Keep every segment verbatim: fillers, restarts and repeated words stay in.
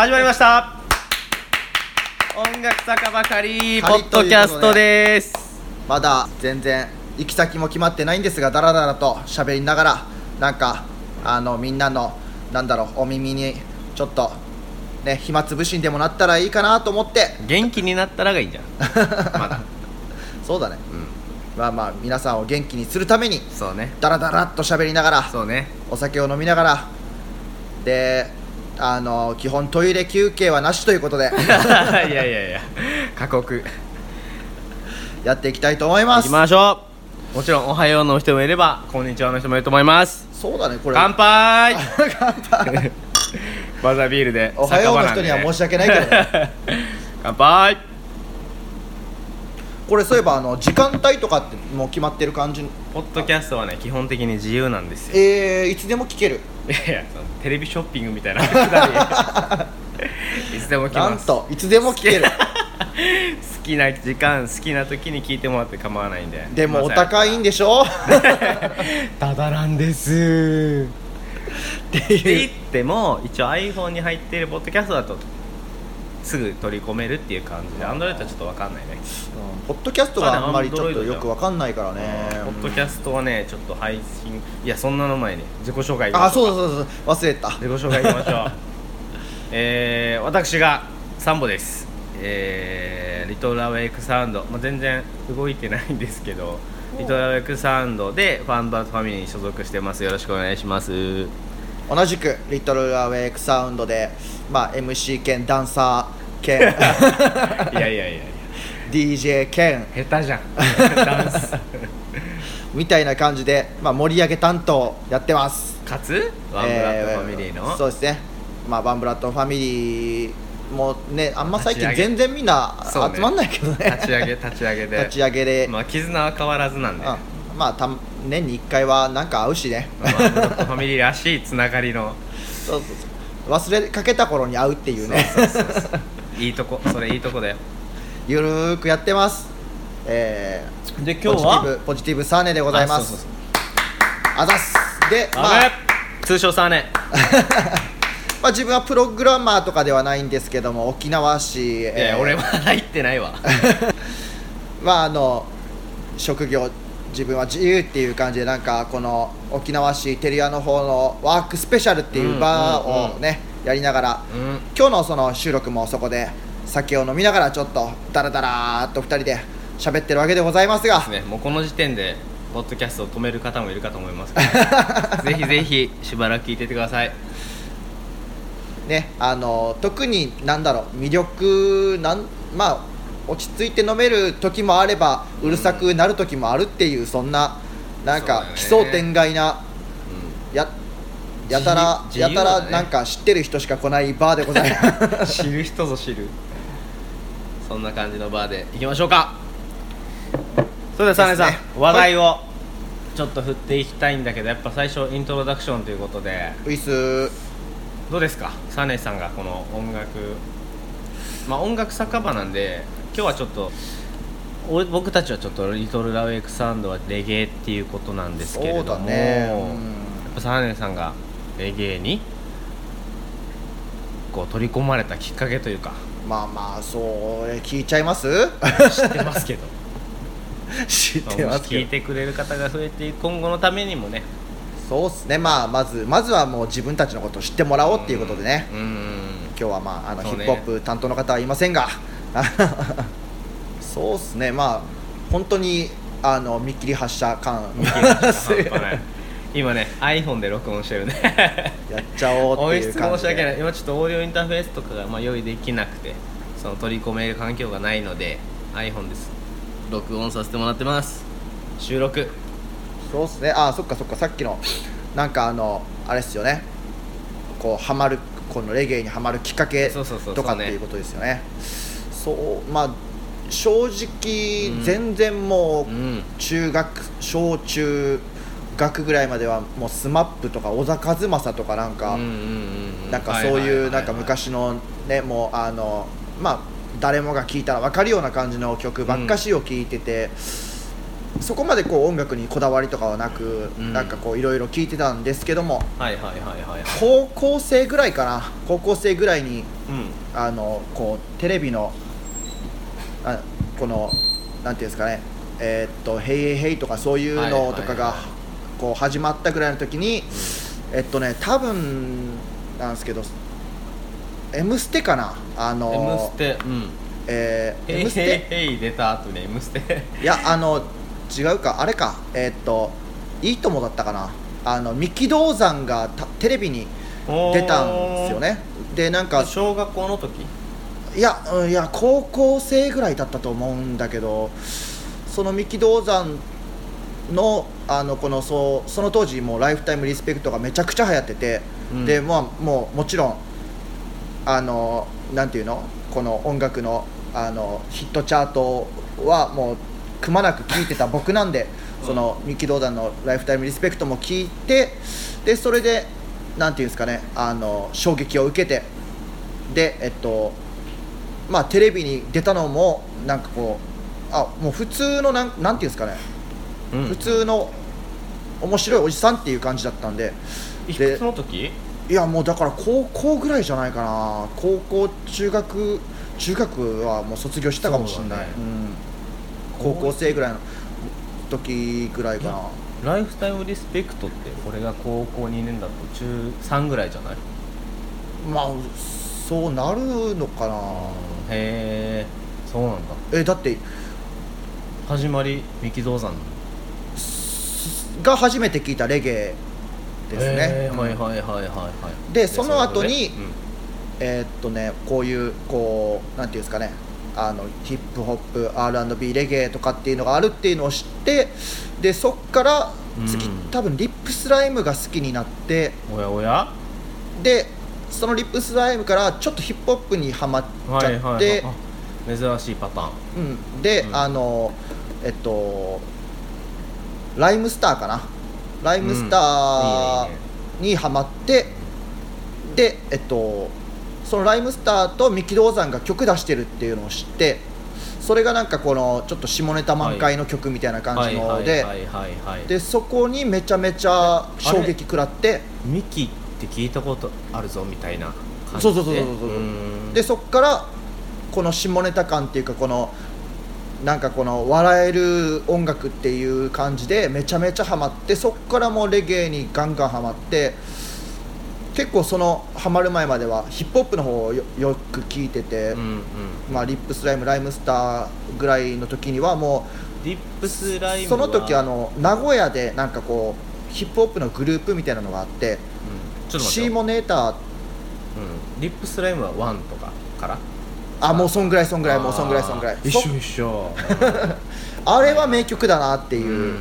始まりました。音楽酒場カリーポッドキャストです。 まだ全然行き先も決まってないんですが、だらだらと喋りながら、なんかあのみんなのなんだろうお耳にちょっとね暇つぶしにでもなったらいいかなと思って。 元気になったらがいいじゃんまだそうだね、うん、まあまあ皆さんを元気にするためにそうね、 だらだらっと喋りながら、 そうね、 お酒を飲みながらで、あの基本トイレ休憩はなしということでいやいやいや過酷やっていきたいと思います。 行きましょう。もちろんおはようの人もいればこんにちはの人もいると思います。 そうだね、これ乾杯乾杯バザービールでおはようの人には申し訳ないけどね乾杯。 これそういえばあの時間帯とかってもう決まってる感じ。 ポッドキャストはね基本的に自由なんですよ。 えー、いつでも聞ける。 いやいや、そのテレビショッピングみたいなくだりいつでも来ます。 なんといつでも聞ける好きな時間好きな時に聞いてもらって構わないんで。 でもお高いんでしょただなんですって言っても一応 iPhone に入っているポッドキャストだとすぐ取り込めるっていう感じで、 Android はちょっと分かんないね、 うん、ポッドキャストがあんまりちょっとよく分かんないからね。 ポッドキャストはねちょっと配信、いやそんなの前に自己紹介いきあ、 ましょう。 そうそうそうそう忘れた。 自己紹介いきましょうえー、私がサンボです。えー、リトルアウェイクサウンド、まあ、全然動いてないんですけど、リトルアウェイクサウンドでファンバートファミリーに所属してます。よろしくお願いします。 同じくリトルアウェイクサウンドで、まあ、エムシー 兼ダンサー兼いやいやいやいやディージェー 兼下手じゃんダンスみたいな感じで、まあ、盛り上げ担当やってます。 かつワンブラッドファミリーの、 えー、そうですね、まあ、ワンブラッドファミリーもね、あんま最近立ち上げ全然みんな集まんないけど ね, ね立ち上げ立ち上げで立ち上げで、 まあ、絆は変わらずなんで、 うん、まあた年にいっかいはなんか会うしね、 ワンブラッドファミリーらしいつながりのそうそうそう、忘れかけた頃に会うっていうね。 そうそうそうそういいとこ、それいいとこだよ。 ゆるーくやってます。えー、 で今日はポジティブポジティブサーネでございます。 そうそうそう、 あざっす。で、まあ、 通称サーネまあ自分はプログラマーとかではないんですけども、沖縄市、 いや、 えー、 俺は入ってないわまああの職業自分は自由っていう感じで、なんかこの沖縄市照屋の方のワークスペシャルっていうバーをね、うん、やりながら、うん、今日のその収録もそこで酒を飲みながらちょっとダラダラーっとふたりで喋ってるわけでございますが、 ですね、もうこの時点でポッドキャストを止める方もいるかと思いますがぜひぜひしばらく聞いててくださいね。あの特に何だろう魅力なん、まあ落ち着いて飲める時もあればうるさくなる時もあるっていう、そんななんか奇想天外な、うん、ややたら、ね、やたらなんか知ってる人しか来ないバーでございます知る人ぞ知る、そんな感じのバーで行きましょうか。それではサネさん、ね、話題をちょっと振っていきたいんだけど、やっぱ最初イントロダクションということで、 ウィスどうですかサネさんがこの音楽、まあ音楽酒場なんで今日はちょっと僕たちはちょっとリトルアウェイクサウンドはレゲエっていうことなんですけれども、 そうだね、うん、 やっぱサネさんがレゲエにこう取り込まれたきっかけというか、 まあまあそう聞いちゃいます？ 知ってますけど知ってますけど、 聞いてくれる方が増えて今後のためにもね、 そうっすね、まあまずまずはもう自分たちのことを知ってもらおうっていうことでね、うん、うん、今日はまああの、ね、ヒップホップ担当の方はいませんがそうっすね、まあ本当にあの見切り発車感見切り発車半端ない今ね iPhone で録音してるねやっちゃおうっていう感じで、 音質申し訳ない、今ちょっとオーディオインターフェースとかがまあ用意できなくて、その取り込める環境がないので iPhone です録音させてもらってます。収録。 そうっすね、あそっかそっか、さっきのなんかあのあれっすよね、こうハマる、このレゲエにハマるきっかけとかっていうことですよね。そうまあ正直、うん、全然もう中学、うん、小中学ぐらいまではもうスマップとか小田和正とかなんか、なんかそういうなんか昔のね、もうあのまあ誰もが聴いたら分かるような感じの曲ばっかしを聴いてて、うん、そこまでこう音楽にこだわりとかはなく、うん、なんかこういろいろ聴いてたんですけども、 はいはいはいはい、 高校生ぐらいかな、高校生ぐらいに、うん、 あのこうテレビのあこのなんていうんですかね、えー、っとヘイヘイヘイとかそういうのとかがこう始まったぐらいの時に、えっとね多分なんですけど M ステかな、あの M ステ、うん、 えー、 ヘイ M ステヘイヘイ出た後に M ステいやあの違うか、あれか、えー、っといいともだったかな、あの三木道山がテレビに出たんですよね。でなんか小学校の時、 いや、うん、いや高校生ぐらいだったと思うんだけど、その三木道山のあのこのそうその当時もうライフタイムリスペクトがめちゃくちゃ流行ってて、うん、で、まあ、もうもちろんあのなんていうのこの音楽のあのヒットチャートはもうくまなく聴いてた僕なんで、うん、その三木道山のライフタイムリスペクトも聴いて、でそれでなんていうんですかね、あの衝撃を受けて、でえっとまあテレビに出たのもなんかこうあもう普通のなんなんていうんですかね、うん、普通の面白いおじさんっていう感じだったんで、 いくつの時？ いやもうだから高校ぐらいじゃないかな、高校中学中学はもう卒業したかもしれない、ね、うん、高校生ぐらいの時ぐらいかな。 ライフタイムリスペクトって俺が高校にねんだと中さんぐらいじゃない？ まあそうなるのかな。 へえ、そうなんだ。 えだって始まり三木道山が初めて聞いたレゲエですね、 うん、はいはいはいはいはいでその後に、うん、えー、っとねこういうこうなんていうんですかね、あのヒップホップ アールアンドビー レゲエとかっていうのがあるっていうのを知って、でそっから次、うん、多分リップスライムが好きになって、 おやおやでそのリップスライムからちょっとヒップホップにはまっちゃって、はいはいはい、 珍しいパターン、 うん、で、うん、あのえっとライムスターかな、ライムスターにハマって、うん、でえっとそのライムスターと三木道山が曲出してるっていうのを知って、それがなんかこのちょっと下ネタ満開の曲みたいな感じので、でそこにめちゃめちゃ衝撃食らって、 ミキって聞いたことあるぞみたいな感じで、 そうそうそうそうそう、でそこからこの下ネタ感っていうかこのなんかこの笑える音楽っていう感じでめちゃめちゃハマって、そこからもうレゲエにガンガンハマって、結構そのハマる前まではヒップホップの方を よ, よく聞いてて、うんうん、まあ、リップスライムライムスターぐらいの時にはもうリップスライムその時あの名古屋でなんかこうヒップホップのグループみたいなのがあって、うん、ちょっと待ってシーモネーター、 うん、リップスライムはワンとかからあもうそんぐらいそんぐらいもうそんぐらいそんぐらい一緒一緒あれは名曲だなっていう、うん、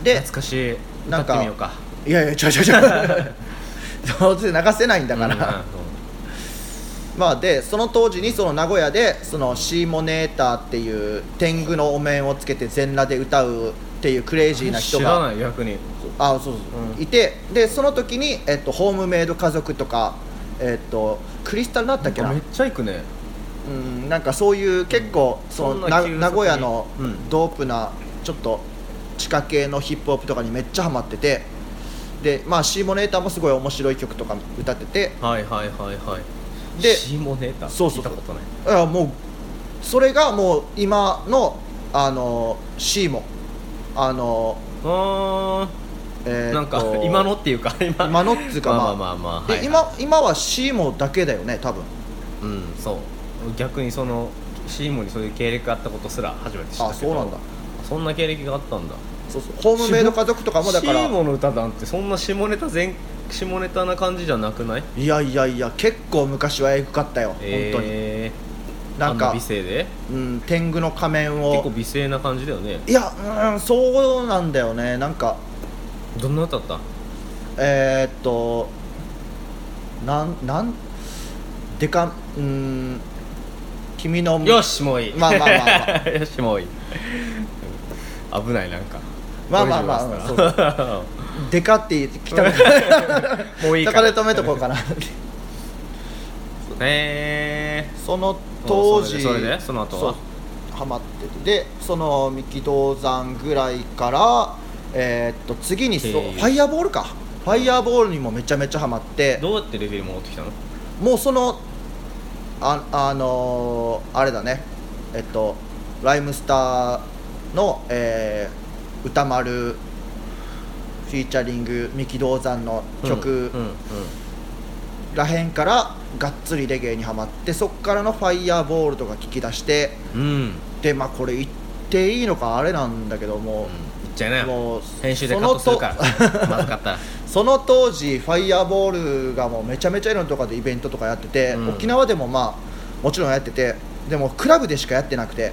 で懐かしい、歌ってみようか。 いやいやちょちょちょ上手で流せないんだから、うん、まあでその当時にその名古屋でそのシーモネーターっていう天狗のお面をつけて全裸で歌うっていうクレイジーな人が知らない逆にあそうそう、うん、いて、でその時に、えっと、ホームメイド家族とか、えっと、クリスタルだったっけな、 めっちゃ行くね、 うん、なんかそういう結構、うん、そのな名古屋のドープなちょっと地下系のヒップホップとかにめっちゃハマってて、でまあシーモネーターもすごい面白い曲とか歌ってて、 はいはいはいはい、 でシーモネーターそうそう聞いたことない。 いやもうそれがもう今のあのシーモあのあえー、なんか今のっていうか 今, 今のっていうかまあまあまあまあ、 で、 はいはい、 今, 今はシーモだけだよね多分。 うんそう逆にそのシーモにそういう経歴があったことすら初めて知ったけど、 あそうなんだ、 そんな経歴があったんだ。 そうそうホームメイド家族とかもだからシーモの歌なんてそんな下ネタ全下ネタな感じじゃなくない？ いやいやいや結構昔はエグかったよ、えー、本当になんかあんな美声で、 うん、天狗の仮面を結構美声な感じだよね。 いや、うん、そうなんだよね。なんかどんな歌だった？ えー、っとなんなんでかうん君のよしもういいまあまあまあ、まあ、 よしもういい危ないなんかまあまあまあ、うん、そうでかって言ってきたもういいからで止めとこうかなへその当時それで、それでその後はハマってて、でその三木道山ぐらいからえー、っと次にそうファイヤーボールかファイヤーボールにもめちゃめちゃハマって。 どうやってレベル戻ってきたの？ もうそのあ、あのー、あれだねえっとライムスターの、えー、歌丸フィーチャリング三木道山の曲、うんうんうん、らへんからがっつりレゲエにハマって、そっからのファイヤーボールとか聞き出して、うん、でまあこれ言っていいのかあれなんだけども、うん、言っちゃいなよ、もう編集でカットするからまずかったらその当時ファイヤーボールがもうめちゃめちゃいろんなところでイベントとかやってて、うん、沖縄でもまあもちろんやってて、でもクラブでしかやってなくて、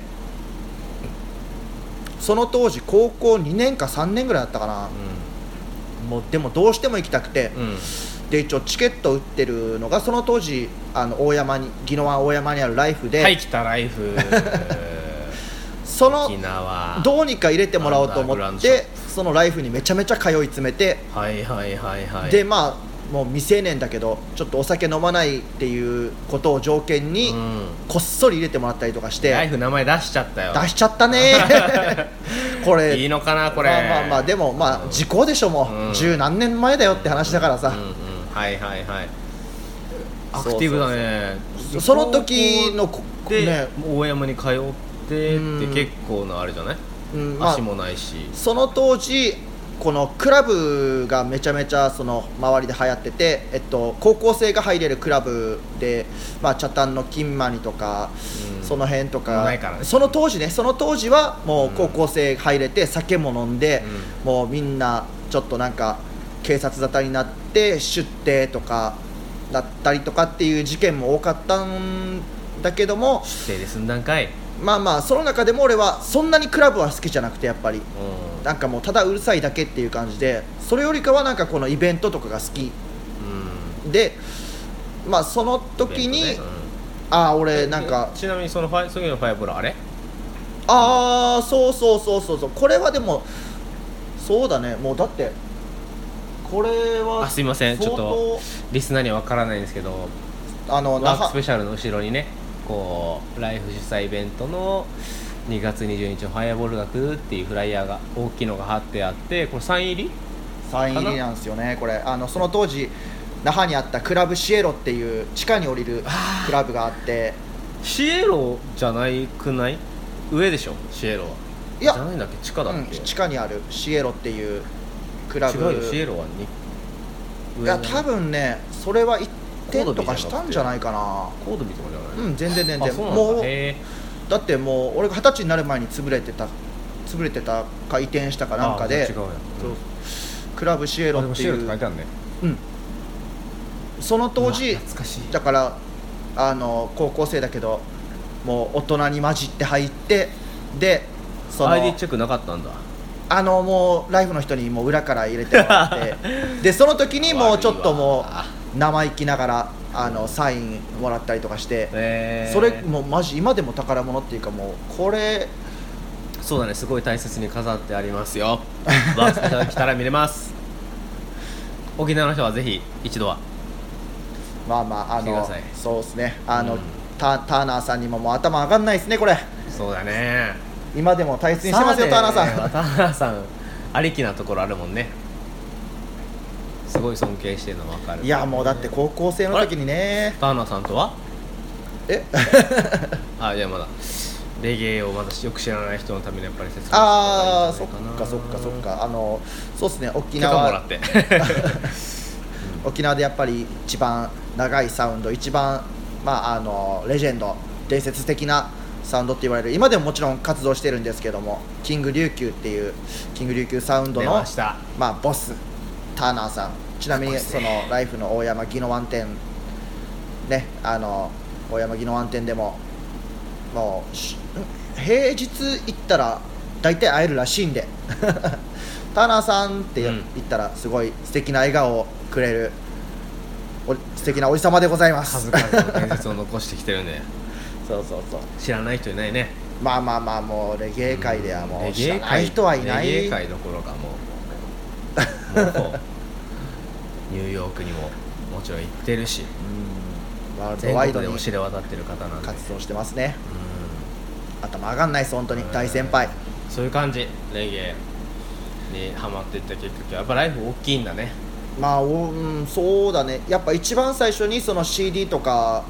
その当時高校にねんかさんねんぐらいだったかな、うん、もうでもどうしても行きたくて、うん、で一応チケット売ってるのがその当時あの大山に宜野湾大山にあるライフで、 はい来たライフそのどうにか入れてもらおうと思ってそのライフにめちゃめちゃ通い詰めて、 はいはいはいはい、 でまあもう未成年だけどちょっとお酒飲まないっていうことを条件に、うん、こっそり入れてもらったりとかして、 ライフ名前出しちゃったよ、 出しちゃったねこれいいのかなこれ、 まあまあまあでもまあ時効でしょ、もう十、うん、何年前だよって話だからさ、うんうんうん、 はいはいはい、アクティブだね。 そ, その時ので、ね、大山に通ってって結構なあれじゃない、うんまあ、足もないし、 その当時このクラブがめちゃめちゃその周りで流行ってて、えっと、高校生が入れるクラブで、まあ、チャタンの金マニとか、うん、その辺とかないから、ね、 その当時ねその当時はもう高校生入れて酒も飲んで、うん、もうみんなちょっとなんか警察沙汰になって出廷とかだったりとかっていう事件も多かったんだけども、 出廷で済んだんかい。 まあまあその中でも俺はそんなにクラブは好きじゃなくて、やっぱり、うん、なんかもうただうるさいだけっていう感じで、それよりかはなんかこのイベントとかが好き、うん、でまあその時に、ねうん、ああ俺なんかちなみにそのファイ次のファイブラあれああそうそうそうそうそう、これはでもそうだね、もうだってこれはあすいませんちょっとリスナーには分からないんですけど、あのワークスペシャルの後ろにねこうライフ主催イベントのにがつにじゅうににちのファイアボールが来るっていうフライヤーが大きいのが貼ってあって、これサイン入りサイン入りなんですよね。これあのその当時那覇にあったクラブシエロっていう地下に降りるクラブがあって、 シエロじゃないくない？上でしょシエロは。いやじゃないんだっけ、地下だっけ、 うん、地下にあるシエロっていうクラブ。 違うよシエロはにいや多分ねそれはいってんとかしたんじゃないかな。 コードビとかじゃない？ うん全然全然もうだってもう俺が二十歳になる前に潰れてた潰れてたか移転したかなんかで、 違うやん、うん、 クラブシエロっていう、 あでもシエロって書いてあるね。 うんその当時だからあの高校生だけどもう大人に混じって入って、でその アイディー チェックなかったんだ。 あのもうライフの人にもう裏から入れてもらってでその時にもうちょっともう生意気ながらあのサインもらったりとかして、えー、それもうマジ今でも宝物っていうか、もうこれそうだね、すごい大切に飾ってありますよワークスペシャル来たら見れます沖縄の人はぜひ一度はまあまああのそうですね、あの、うん、タ, ターナーさんにももう頭上がんないですねこれ。 そうだね、 今でも大切にしてますよターナーさん。 ターナーさんありきなところあるもんね。すごい尊敬してるの分かる。 いやもうだって高校生の時にね。 ターナーさんとはえあいやまだレゲエをまだよく知らない人のためにやっぱり説明してああそっかそっかそっか、あのそうですね沖縄もらって沖縄でやっぱり一番長いサウンド、一番まああのレジェンド伝説的なサウンドって言われる、今でももちろん活動してるんですけども、キング琉球っていうキング琉球サウンドのまあボスターナーさん、ちなみにそのライフの大山宜野湾店ね、あの大山宜野湾店でももう平日行ったら大体会えるらしいんでターナーさんって言ったらすごい素敵な笑顔をくれるお素敵なおじさまでございます。 数々の伝説を残してきてるんでそうそうそう、 知らない人いないね。 まあまあまあもうレゲエ界ではもう知らない人はいない。 レゲエ界どころかもうもうニューヨークにももちろん行ってるし、うん、ワールドワイドに知れ渡ってる方なんで活動してますね。うん、頭上がんないです本当に大先輩。 そういう感じ、レゲエにハマっていったきっかけはやっぱライフ大きいんだね。 まあ、うん、そうだね、やっぱ一番最初にその シーディー とか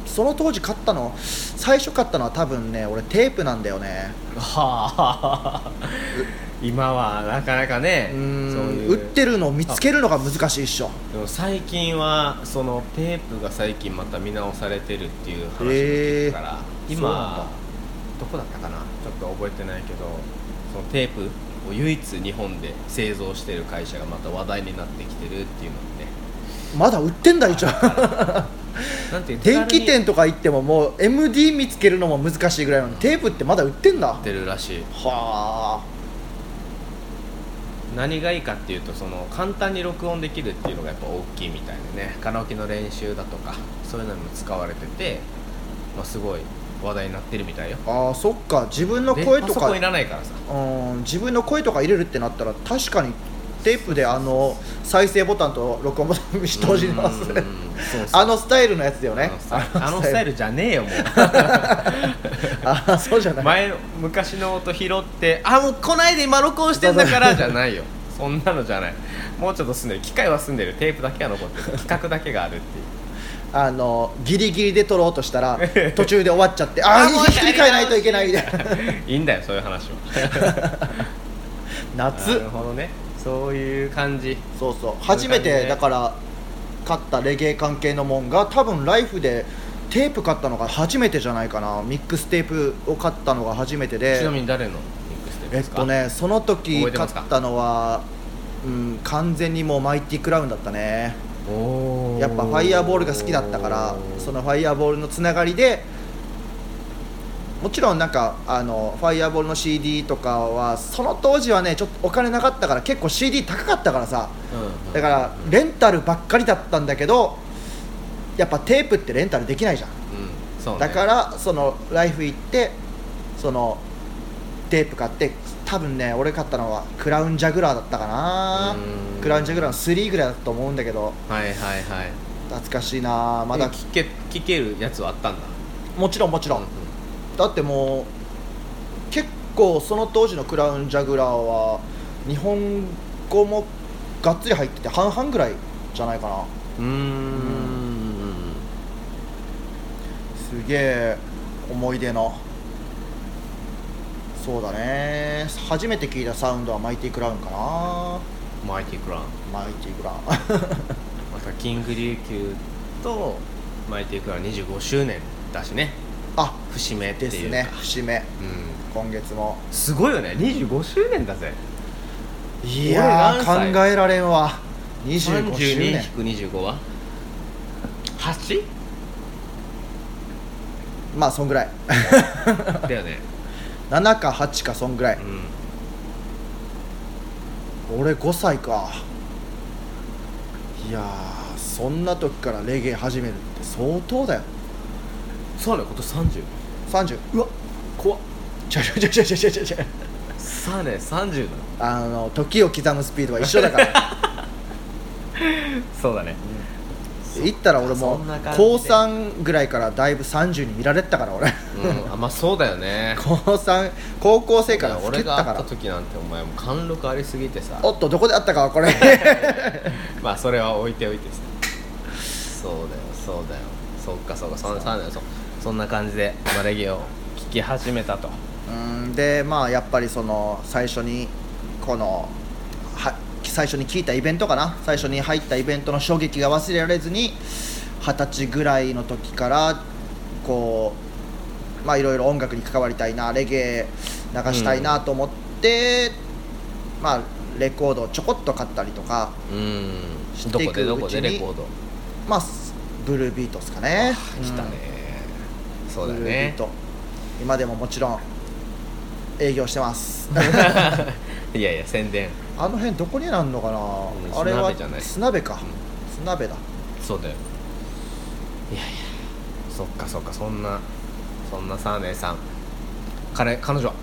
その当時買ったの最初買ったのは多分ね俺テープなんだよね。 はあ今はなかなかね、 うん、そういう売ってるのを見つけるのが難しいっしょ。 でも最近はそのテープが最近また見直されてるっていう話を聞くから、えー、今どこだったかなちょっと覚えてないけど、そのテープを唯一日本で製造してる会社がまた話題になってきてるっていうのでね。 まだ売ってんだ一応なんていう電気店とか行ってももう エムディー 見つけるのも難しいぐらいなのに、テープってまだ売ってんだ。売ってるらしい。 はあ。 何がいいかっていうと、その簡単に録音できるっていうのがやっぱ大きいみたいでね、カラオケの練習だとかそういうのにも使われてて、まあ、すごい話題になってるみたいよ。 ああそっか、自分の声とかパソコンいらないからさ、 うん自分の声とか入れるってなったら確かにテープであの再生ボタンと録音ボタン見してほしいますね。あのスタイルのやつだよね。 あのスタイルじゃねえよもうあそうじゃない、 前昔の音拾ってあもう来ないで今録音してんだからじゃないよそんなのじゃない。もうちょっと住んでる、機械は住んでる、テープだけは残ってる、企画だけがあるっていうあのギリギリで撮ろうとしたら途中で終わっちゃってああ切り替えないといけないみたいないいんだよそういう話は夏。 なるほどね、そういう感じ。 そうそう、初めてだから買ったレゲエ関係のもんが多分ライフでテープ買ったのが初めてじゃないかな。ミックステープを買ったのが初めてで。 ちなみに誰のミックステープですか？ えっとねその時買ったのは、うん、完全にもうマイティクラウンだったね。 おやっぱファイヤーボールが好きだったから、そのファイヤーボールのつながりでもちろんなんかあのファイヤーボールの シーディー とかはその当時はねちょっとお金なかったから結構 シーディー 高かったからさ、うん、だからレンタルばっかりだったんだけどやっぱテープってレンタルできないじゃん、 うんそうね、 だからそのライフ行ってそのテープ買って多分ね俺買ったのはクラウンジャグラーだったかな。クラウンジャグラーのスリーぐらいだったと思うんだけど、 はいはいはい、 懐かしいな。まだ聞け、聞けるやつはあったんだ。 もちろんもちろん、うんだってもう結構その当時のクラウンジャグラーは日本語もがっつり入ってて半々ぐらいじゃないかな。 うーん、うん、 すげえ思い出の。そうだね、初めて聞いたサウンドはマイティクラウンかな。 マイティクラウンマイティクラウンまたキング琉球とマイティクラウンにじゅうごしゅうねんだしね。 あ節目っていうかですね、節目、うん、今月もすごいよね、にじゅうごしゅうねんだぜ。 いやー考えられんわ。にじゅうごしゅうねん さんじゅうにひくにじゅうご は はち？ まあそんぐらいだよねななかはちかそんぐらい、うん、俺ごさいか。いやーそんな時からレゲエ始めるって相当だよ。 そうね、今年さんじゅう。 さんじゅう。うわ怖っ。ちょちょちょちょちょちょちょちょ。 さあね、さんじゅうだ。あの時を刻むスピードは一緒だからそうだね、 うん、言ったら俺もこうさんぐらいからだいぶさんじゅうに見られてたから俺、 うん、あまあそうだよねこうさん高校生から俺が会った時なんてお前も貫禄ありすぎてさ。 おっとどこで会ったかこれまあそれは置いておいてさ。そうだよそうだよ、そっかそっか、そんなそそんな感じでレゲエを聴き始めたと。 うんでまあやっぱりその最初にこのは最初に聞いたイベントかな、最初に入ったイベントの衝撃が忘れられずに二十歳ぐらいの時からこうまあいろいろ音楽に関わりたいな、レゲエ流したいなと思って、うん、まあレコードをちょこっと買ったりとかしていくうちに、 どこでどこでレコード、 まあブルービートですかね。 来たね、うん、そうだね、ブルービート今でももちろん営業してますいやいや宣伝、 あの辺どこになるのかな、うん、あれは砂部か、うん、砂部だ。 そうだよ。いやいやそっかそっか、そんなそんなサーネーさん、彼彼女は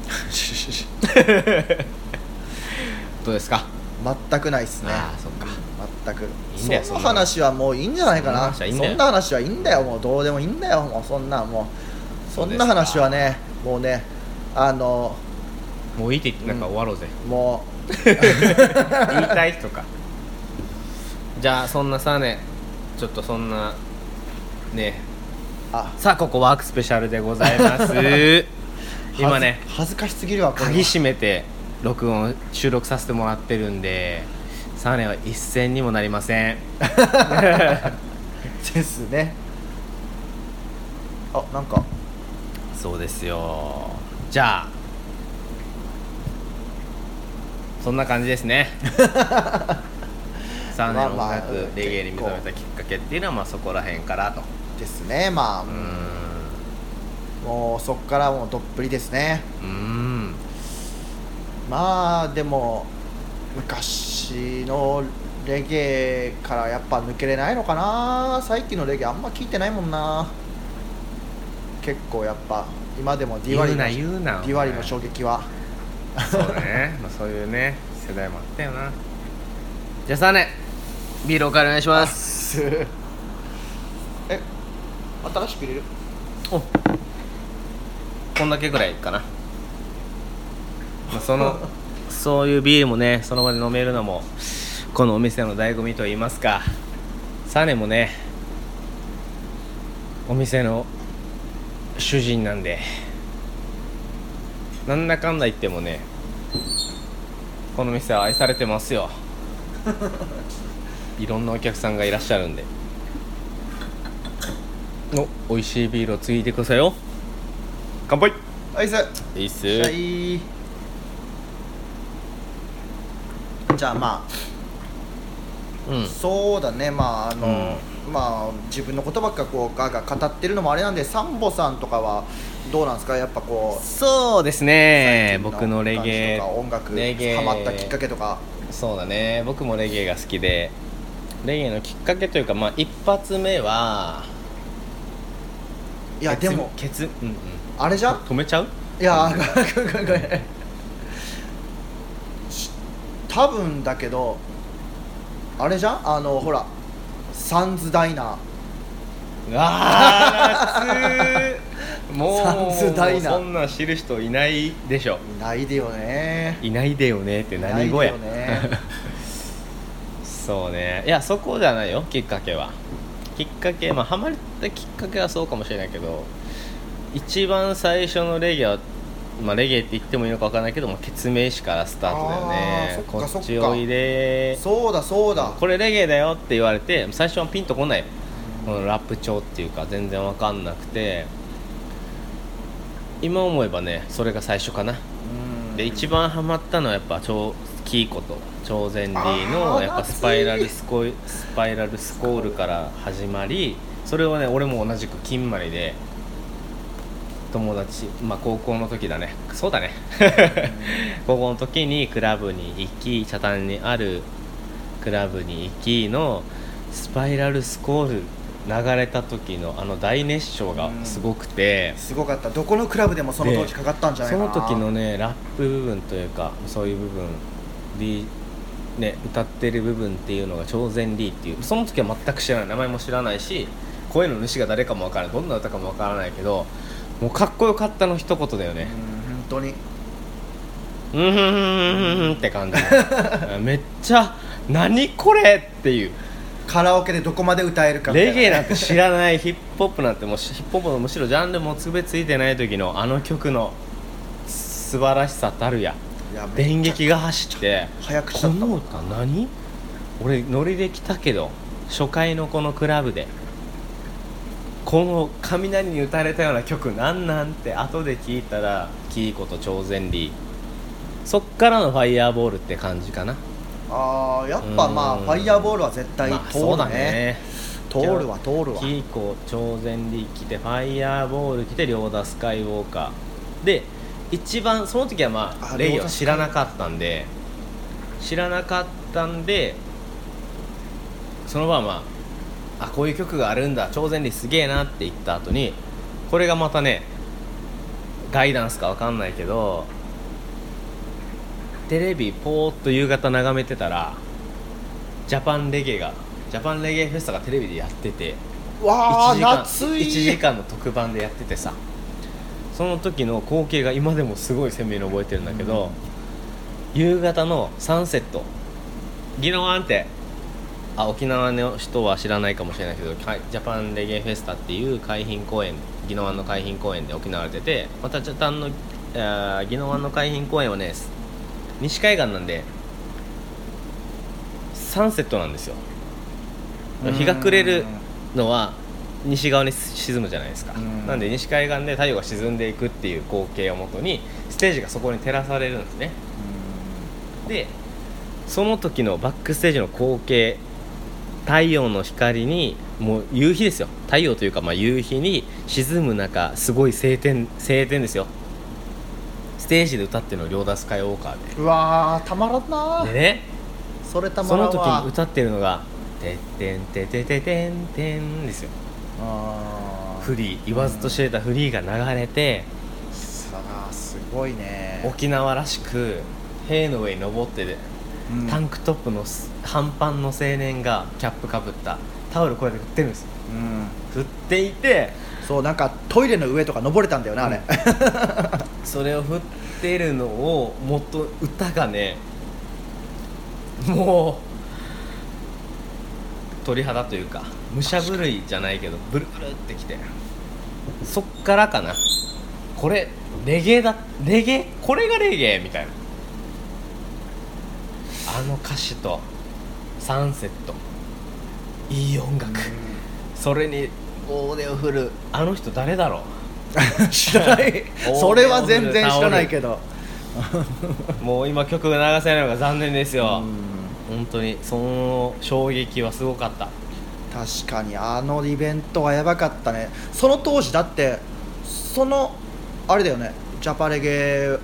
どうですか？ 全くないっすね。 ああそっか、 全くいいんだよ、 その話はもういいんじゃないかな。そんな話はいいんだよ、もうどうでもいいんだよ、もうそんなもうそんな話はね、もうね、あのもういいって言ってなんか終わろうぜ、 うん、もう言いたい人か。じゃあそんなさね、ちょっとそんなねあさあここワークスペシャルでございます今ね恥ずかしすぎるわこれ鍵閉めて録音収録させてもらってるんでサネは一銭にもなりませんですね。あ、なんかそうですよ。じゃあそんな感じですねサネの音楽、まあまあ、レゲエに目覚めたきっかけっていうのはまあそこら辺からとですね。まあうーんもうそっからもうどっぷりですね。 うーんまあでも昔のレゲエからやっぱ抜けれないのかな。最近のレゲエあんま聞いてないもんな。結構やっぱ今でもディワリのディワリの衝撃はそうね、まあ、そういうね世代もあったよな。じゃあさねビールおかわりお願いしますえ、新しく入れる？ おこんだけぐらいかな、まあ、そのそういうビールもねその場で飲めるのもこのお店の醍醐味といいますか、サネもねお店の主人なんでなんだかんだ言ってもねこの店は愛されてますよいろんなお客さんがいらっしゃるんで。お、美味しいビールをついてくださいよ。乾杯。 アイスいいっす。 はい。じゃあまあ、うん、そうだね。まああの、うん、まあ自分のことばっかこうガーガー語ってるのもあれなんで、サンボさんとかはどうなんですか。やっぱこうそうですね、僕のレゲエ音楽ハマったきっかけとか。 そうだね、僕もレゲエが好きで、レゲエのきっかけというか、まあ一発目はいやでもケツ、うんうん、 あれじゃん止めちゃう。 いやごめんごめんごめん多分だけどあれじゃん、あのほらサンズダイナー。 あーもうサンズダイナーそんなん知る人いないでしょ。 いないでよね。 いないでよねって何語や。 いないでよねそうね。いやそこじゃないよきっかけは。きっかけまあハマったきっかけはそうかもしれないけど、一番最初のレゲエはまあレゲエって言ってもいいのか分からないけども、ケツメイシからスタートだよね。こっちおいで、 そうだそうだ、 これレゲエだよって言われて最初はピンとこない。このラップ調っていうか全然分かんなくて、今思えばねそれが最初かな。で一番ハマったのはやっぱ超キーコと超前リーのやっぱスパイラルスコイスパイラルスコールから始まり、それをね俺も同じく金まりで友達、まあ高校の時だね、そうだね高校の時にクラブに行き、北谷にあるクラブに行きのスパイラルスコール流れた時のあの大熱唱がすごくて、 すごかった。どこのクラブでもその当時かかったんじゃないかな。 その時のねラップ部分というかそういう部分で、ね、歌ってる部分っていうのが超前リーっていう、その時は全く知らない、名前も知らないし声の主が誰かも分からない、どんな歌かも分からないけどもうかっこよかったの一言だよね。 うん本当にうんふんふんふんって感じめっちゃ何これっていう、 カラオケでどこまで歌えるかみたいな。 レゲエなんて知らないヒップホップなんてもうヒップホップのむしろジャンルもつべついてない時のあの曲の素晴らしさたるや。電撃が走って早くしちゃった。 この歌何？俺ノリで来たけど初回のこのクラブでこの雷に打たれたような曲なんなんて後で聞いたらキーコと超前リー、そっからのファイヤーボールって感じかな。 あーやっぱまあファイヤーボールは絶対通るね、まあ、そうだね、通るわ通るわ。 キーコ超前リー来てファイヤーボール来てリョーダスカイウォーカーで、一番その時はまあレイを知らなかったんで知らなかったんでその場はまああこういう曲があるんだ超前リーすげえなって言った後に、これがまたねガイダンスか分かんないけどテレビポーっと夕方眺めてたらジャパンレゲエがジャパンレゲエフェスタがテレビでやってて、 わあ夏いいちじかんの特番でやっててさ、その時の光景が今でもすごい鮮明に覚えてるんだけど、うん、夕方のサンセットギノワンってあ沖縄の人は知らないかもしれないけどジャパンレゲエフェスタっていう海浜公園宜野湾の海浜公園で行われてて、またジャパンの宜野湾の海浜公園はね西海岸なんでサンセットなんですよ。日が暮れるのは西側に沈むじゃないですか。なんで西海岸で太陽が沈んでいくっていう光景をもとにステージがそこに照らされるんですね。でその時のバックステージの光景、太陽の光にもう夕日ですよ。太陽というかまあ夕日に沈む中、すごい晴天晴天ですよ。ステージで歌ってるのリョーダ・スカイウォーカーで、 うわーたまらんなでね、 それたまらんわ。 その時に歌ってるのがてってんててててんてんですよ。 あフリー言わずと知れたフリーが流れて、 さあすごいね。 沖縄らしく塀の上に登ってて、うん、タンクトップの半パンの青年がキャップかぶったタオルこうやって振ってるんですよ、うん、振っていて、 そうなんかトイレの上とか登れたんだよな、うん、あれそれを振ってるのをもっと歌がね、もう鳥肌というか武者震いじゃないけどブルブルってきて、そっからかな、これレゲエだ、レゲエこれがレゲエみたいな、あの歌詞とサンセット、いい音楽、それに大手を振るあの人誰だろう知らないそれは全然知らないけどもう今曲が流せないのが残念ですよ。本当にその衝撃はすごかった。 確かにあのイベントはやばかったね。その当時だってそのあれだよね、ジャパレゲ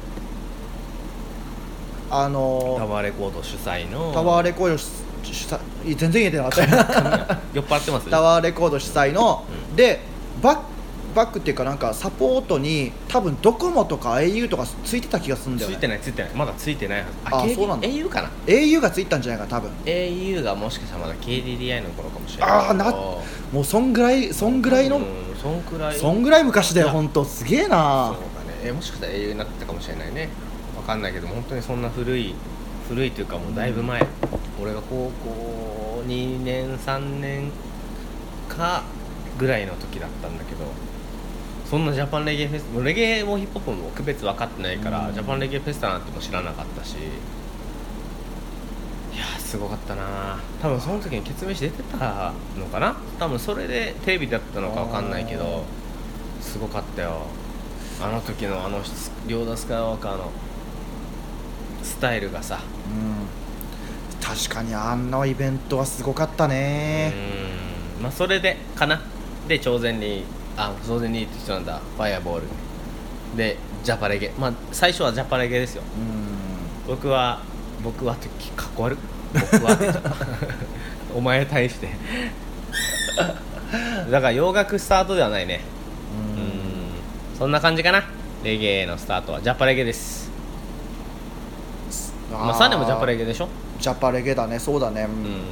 あのタワーレコード主催のタワーレコード主催全然言えてなかった酔っ払ってますタワーレコード主催の、うん、でバックバックっていうかなんかサポートに多分ドコモとか エーユー とかついてた気がするんだよね。 ついてないついてないまだついてないはず。 ああそうなんだ。 エーユー かな。 エーユー がついたんじゃないかな多分。 エーユー がもしかしたらまだ ケーディーディーアイ の頃かもしれない。 ああなもうそんぐらいそんぐらいの、うん、 そんくらいそんぐらい昔だよ本当。すげえな。そうだね、えもしかしたら エーユー になってたかもしれないね、わかんないけど本当にそんな古い古いというかもうだいぶ前、うん、俺が高校にねんさんねんかぐらいの時だったんだけど、そんなジャパンレゲエフェスタ、レゲエもヒップホップも区別分かってないから、うん、ジャパンレゲエフェスタなんても知らなかったし、いやーすごかったな。多分その時にケツメイシ出てたのかな、多分それでテレビだったのか分かんないけどすごかったよ。あの時のあのリョーダ・スカイウォーカーのスタイルがさ、 うん、確かにあのイベントはすごかったね。 うん、まあそれでかな。で超前にあ超前にって人なんだ、ファイアボールでジャパレゲ、まあ最初はジャパレゲですよ。うん、僕は僕はってかっこ悪い僕はってお前に対してだから洋楽スタートではないね。うん、そんな感じかな。レゲエのスタートはジャパレゲです。あまあサネもジャパレゲでしょ。 ジャパレゲだね。そうだね、うん、うん、そう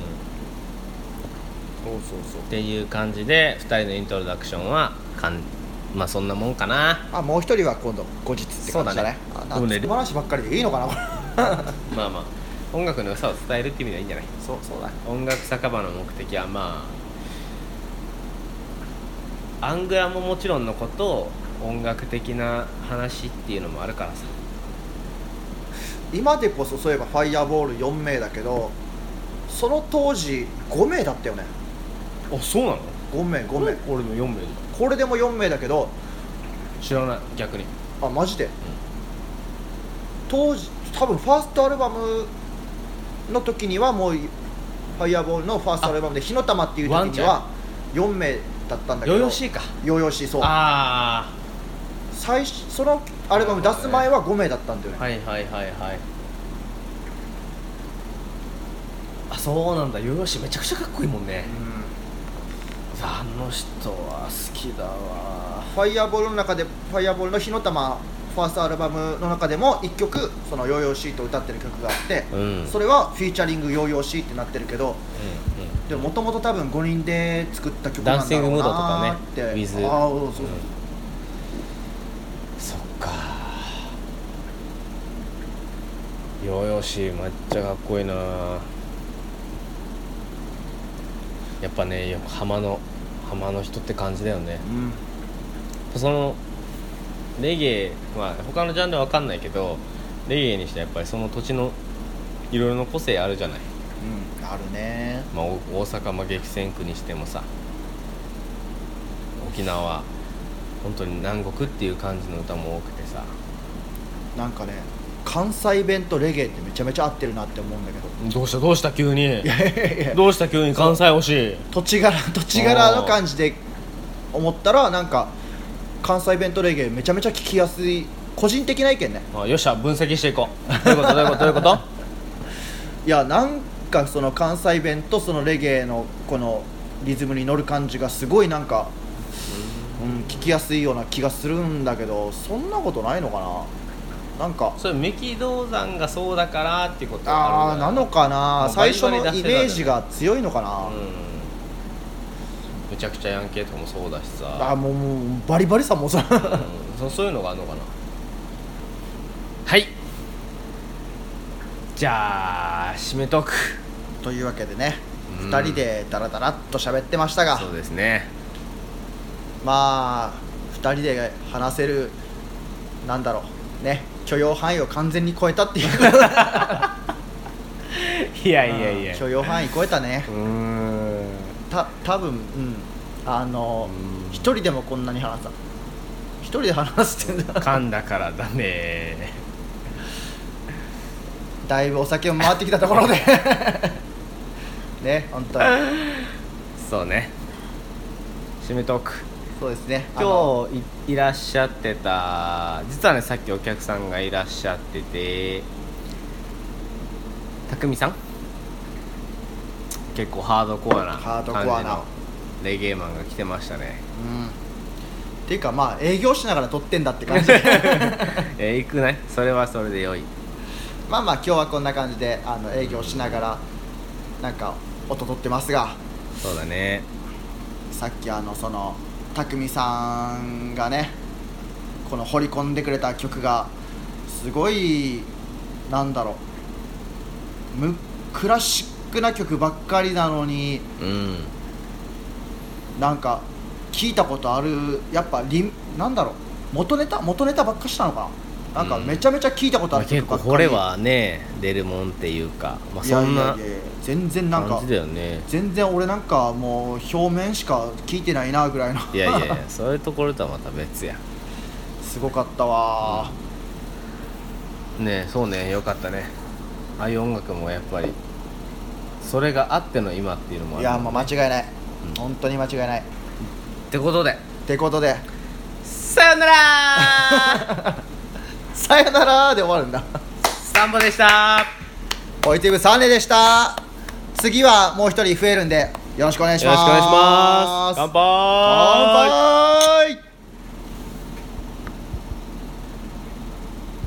そうそうっていう感じでふたりのイントロダクションはかんまあそんなもんかな。 あもう一人は今度後日って感じだね。そうだね。あ素晴らしばっかりでいいのかなまあまあ音楽の良さを伝えるって意味ではいいんじゃない。 そうそうだ。 音楽酒場の目的はまあアングラももちろんのこと音楽的な話っていうのもあるからさ。 今でこそそういえばファイアボールよんめいだけどその当時ごめいだったよね。 あそうなの。 ごめいごめい。 俺もよんめい。 これでもよんめいだけど知らない。逆にあマジで、うん、当時多分ファーストアルバムの時にはもうファイアボールのファーストアルバムで火の玉っていう時にはよんめいだったんだけど、 ヨヨシーか。 ヨヨシーそう。 ああ最初そのアルバム出す前はごめいだったんだよね。 はいはいはいはい。あそうなんだ。ヨヨシーめちゃくちゃかっこいいもんね。うん、あの人は好きだわ。 ファイアボールの中でファイアボールの火の玉ファーストアルバムの中でもいっきょくそのヨーヨーシーと歌ってる曲があって、うん、それはフィーチャリングヨーヨーシーってなってるけど、うんうん、でももともと多分ごにんで作った曲なんだろうなって。 ダンシングムードとかね。ウィズ。 ああそうそう、うん、 そっか。ヨーヨーシーめっちゃかっこいいな。 やっぱね横浜の浜の人って感じだよね、 うん、 そのレゲエは他のジャンルは分かんないけどレゲエにしてやっぱりその土地のいろいろな個性あるじゃない、 うん、あるね、 まあ、大阪、まあ、激戦区にしてもさ沖縄は本当に南国っていう感じの歌も多くてさ、 なんかね関西弁とレゲエってめちゃめちゃ合ってるなって思うんだけど、 どうしたどうした急にいやいやいやどうした急に関西推し土地柄土地柄の感じで思ったらなんか関西弁とレゲエめちゃめちゃ聞きやすい、個人的な意見ね。 あよっしゃ分析していこうどういうことどういうことどういうこといやなんかその関西弁とそのレゲエのこのリズムに乗る感じがすごいなんか、うん、聞きやすいような気がするんだけど、そんなことないのかな。なんかそれ三木道山がそうだからっていうことああるなのかな、最初のイメージが強いのかな、 うん、むちゃくちゃヤンケーとかもそうだしさあもうもうバリバリさもうさ、 うん、そ, そういうのがあるのかな。はいじゃあ締めとくというわけでね、 うん、 ふたりでダラダラっと喋ってましたが、 そうですね、 まあふたりで話せるなんだろうね許容範囲を完全に超えたっていういやいやいや許容範囲超えたね。 うーんた多分うんあの一人でもこんなに話した一人で話すってんだ噛んだからだねだいぶお酒も回ってきたところでね本当にそうね締めトークそうですね。 今日 い, いらっしゃってた実はねさっきお客さんがいらっしゃっててたくみさん結構ハードコアなハードコアな感じのレゲエマンが来てましたね。 うんっていうかまあ営業しながら撮ってんだって感じえー、行くねそれはそれで良い。 まあまあ今日はこんな感じであの営業しながらなんか音取ってますが、 そうだねさっきあのそのたくみさんがねこの掘り込んでくれた曲がすごいなんだろうむクラシックな曲ばっかりなのに、 うん、 なんか聞いたことあるやっぱリなんだろう元ネタ元ネタばっかしたのかな、なんかめちゃめち表聞いたことある曲ばっかり、 まあ、結構これはね出るもんっていうか、まあ、そんないやいやいや全然なんか感じだよね。 全然俺なんかもう表面しか聞いてないなぐらいのいやいやいやそういうところとはまた別やすごかったわ、 うん、ねえそうねよかったねああいう音楽もやっぱりそれがあっての今っていうのもある、ね、 いやもう間違いない、 うん、 本当に間違いないってことでってことでさよならさよならで終わるんだサンボでしたポジティブサンデーでした。次はもう一人増えるんでよろしくお願いします。 よろしくお願いします。乾杯。 乾杯。